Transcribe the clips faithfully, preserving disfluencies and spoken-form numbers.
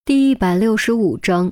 第一百六十五章。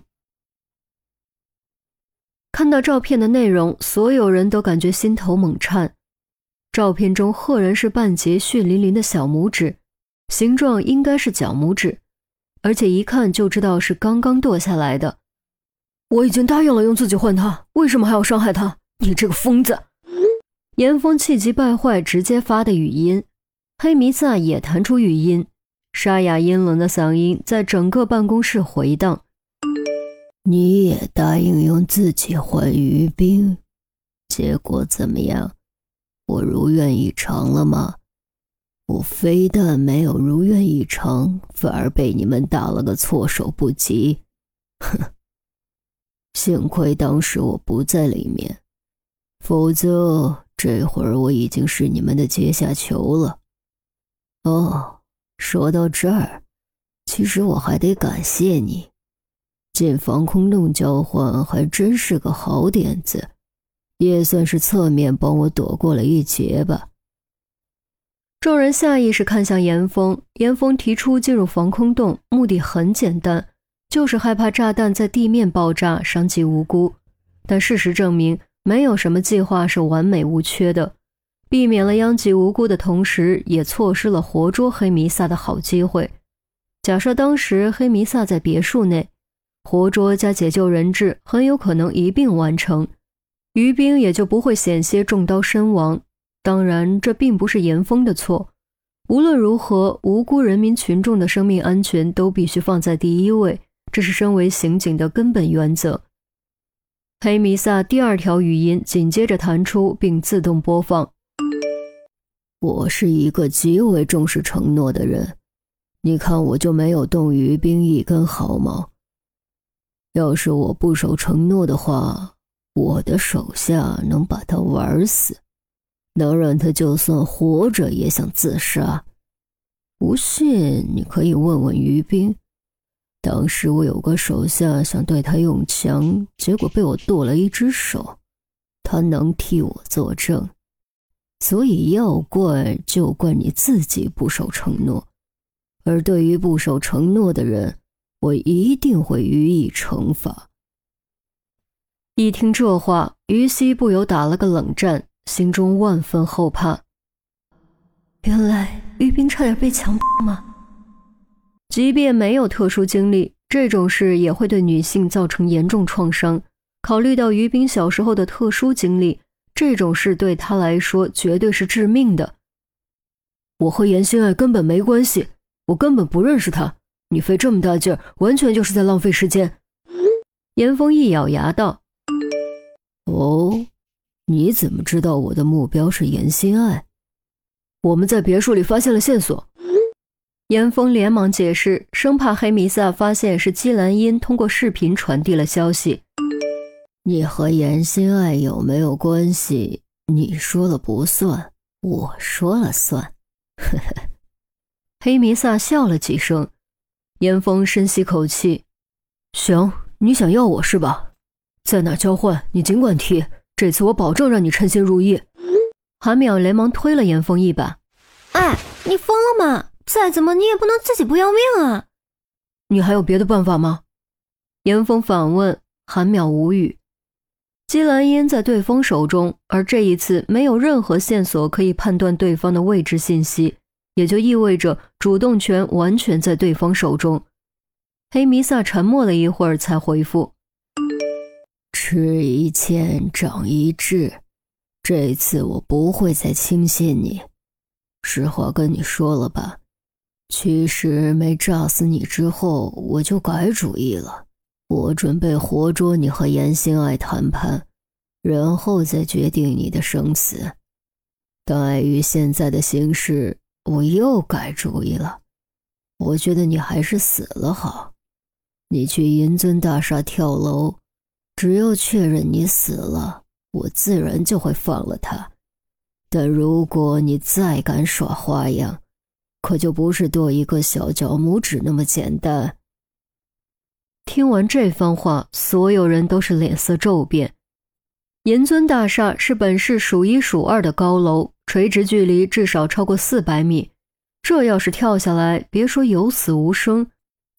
看到照片的内容，所有人都感觉心头猛颤。照片中赫然是半截血淋淋的小拇指，形状应该是脚拇指，而且一看就知道是刚刚剁下来的。 我已经答应了用自己换他，为什么还要伤害他？你这个疯子！ 严峰气急败坏直接发的语音，黑弥撒也弹出语音，沙哑阴冷的嗓音在整个办公室回荡。 你也答应用自己换于冰，结果怎么样？我如愿以偿了吗？我非但没有如愿以偿，反而被你们打了个措手不及。哼，幸亏当时我不在里面，否则这会儿我已经是你们的阶下囚了。哦，说到这儿，其实我还得感谢你。进防空洞交换还真是个好点子，也算是侧面帮我躲过了一劫吧。 众人下意识看向严峰，严峰提出进入防空洞，目的很简单，就是害怕炸弹在地面爆炸伤及无辜。但事实证明，没有什么计划是完美无缺的，避免了殃及无辜的同时，也错失了活捉黑弥撒的好机会。假设当时黑弥撒在别墅内，活捉加解救人质很有可能一并完成，于冰也就不会险些中刀身亡。当然，这并不是严峰的错。无论如何，无辜人民群众的生命安全都必须放在第一位，这是身为刑警的根本原则。黑弥撒第二条语音紧接着弹出并自动播放。 我是一个极为重视承诺的人，你看我就没有动于冰一根毫毛。要是我不守承诺的话，我的手下能把他玩死，能让他就算活着也想自杀。不信你可以问问于冰，当时我有个手下想对他用枪，结果被我剁了一只手，他能替我作证。所以要怪就怪你自己不守承诺，而对于不守承诺的人，我一定会予以惩罚。 一听这话，于西不由打了个冷战，心中万分后怕。 原来于冰差点被强迫吗？ 即便没有特殊经历，这种事也会对女性造成严重创伤。考虑到于冰小时候的特殊经历，这种事对他来说绝对是致命的。 我和严心爱根本没关系，我根本不认识他。你费这么大劲儿，完全就是在浪费时间。 严峰一咬牙道： 哦，你怎么知道我的目标是严心爱？ 我们在别墅里发现了线索。 严峰连忙解释，生怕黑弥撒发现是姬兰英通过视频传递了消息。 你和严心爱有没有关系？你说了不算，我说了算。呵呵。 黑弥撒笑了几声。严峰深吸口气， 行，你想要我是吧？在哪交换你尽管提，这次我保证让你称心如意。 韩淼连忙推了严峰一把。 哎，你疯了吗？再怎么你也不能自己不要命啊！ 你还有别的办法吗？ 严峰反问。韩淼无语。姬兰英在对方手中，而这一次没有任何线索可以判断对方的位置信息，也就意味着主动权完全在对方手中。黑弥撒沉默了一会儿才回复： 吃一堑长一智，这次我不会再轻信你。实话跟你说了吧，其实没炸死你之后，我就改主意了。我准备活捉你和严心爱谈判，然后再决定你的生死。但碍于现在的形势，我又改主意了。我觉得你还是死了好。你去银尊大厦跳楼，只要确认你死了，我自然就会放了他。但如果你再敢耍花样，可就不是剁一个小脚拇指那么简单。 听完这番话，所有人都是脸色骤变。银尊大厦是本市数一数二的高楼，垂直距离至少超过四百米。这要是跳下来，别说有死无生，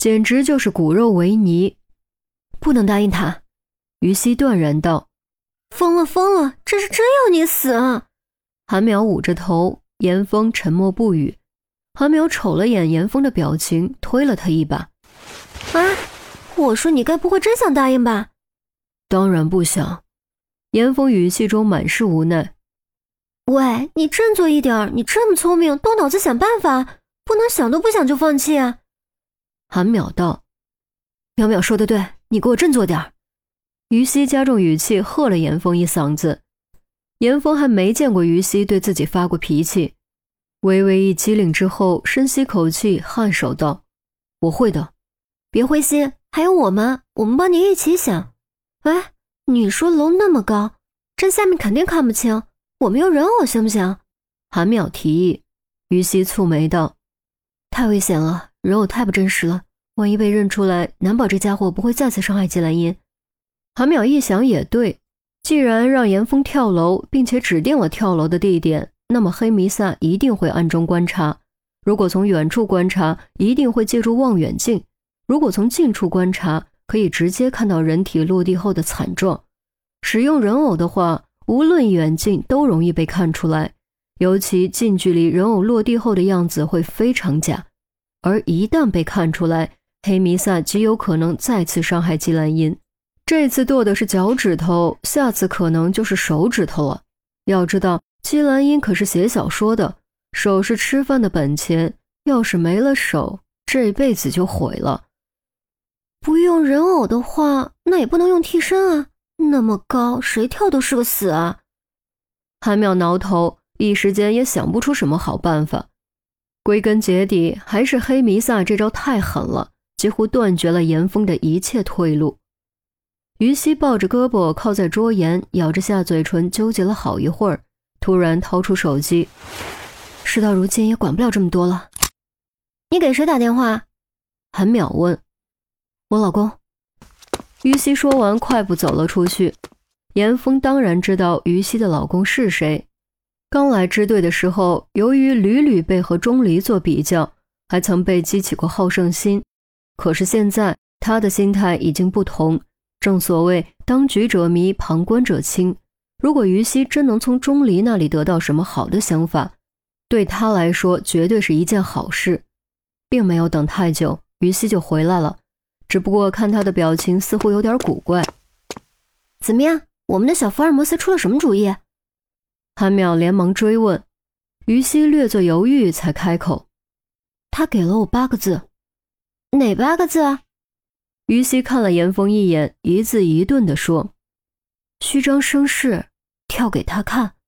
简直就是骨肉为泥。 不能答应他， 于西断然道。 疯了疯了，这是真要你死啊！ 韩淼捂着头，严峰沉默不语。韩淼瞅了眼严峰的表情，推了他一把。 啊，我说你该不会真想答应吧？ 当然不想。严峰语气中满是无奈。 喂，你振作一点，你这么聪明，动脑子想办法，不能想都不想就放弃啊。 韩淼道。 淼淼说的对，你给我振作点。 于西加重语气喝了严峰一嗓子。严峰还没见过于西对自己发过脾气，微微一机灵之后，深吸口气，颔首道：我会的。 别灰心，还有我们，我们帮你一起想。喂，你说楼那么高，这下面肯定看不清，我们用人偶行不行？ 韩淼提议。于西蹙眉道： 太危险了，人偶太不真实了，万一被认出来，难保这家伙不会再次伤害季兰英。 韩淼一想也对，既然让严峰跳楼，并且指定了跳楼的地点，那么黑弥撒一定会暗中观察。如果从远处观察，一定会借助望远镜；如果从近处观察，可以直接看到人体落地后的惨状。使用人偶的话，无论远近都容易被看出来，尤其近距离人偶落地后的样子会非常假，而一旦被看出来，黑弥撒极有可能再次伤害季兰英。这次剁的是脚趾头，下次可能就是手指头了。要知道，季兰英可是写小说的，手是吃饭的本钱，要是没了手，这辈子就毁了。 不用人偶的话，那也不能用替身啊，那么高，谁跳都是个死啊。 韩淼挠头，一时间也想不出什么好办法。归根结底，还是黑弥撒这招太狠了，几乎断绝了严峰的一切退路。于西抱着胳膊靠在桌沿，咬着下嘴唇，纠结了好一会儿，突然掏出手机。 事到如今也管不了这么多了。 你给谁打电话？ 韩淼问。 我老公。 于西说完，快步走了出去。严峰当然知道于西的老公是谁。刚来支队的时候，由于屡屡被和钟离做比较，还曾被激起过好胜心。可是现在他的心态已经不同。正所谓当局者迷，旁观者清。如果于西真能从钟离那里得到什么好的想法，对他来说绝对是一件好事。并没有等太久，于西就回来了，只不过看他的表情似乎有点古怪。 怎么样，我们的小福尔摩斯出了什么主意？ 韩淼连忙追问。于西略作犹豫才开口： 他给了我八个字。 哪八个字啊？ 于西看了严峰一眼，一字一顿地说： 虚张声势，跳给他看。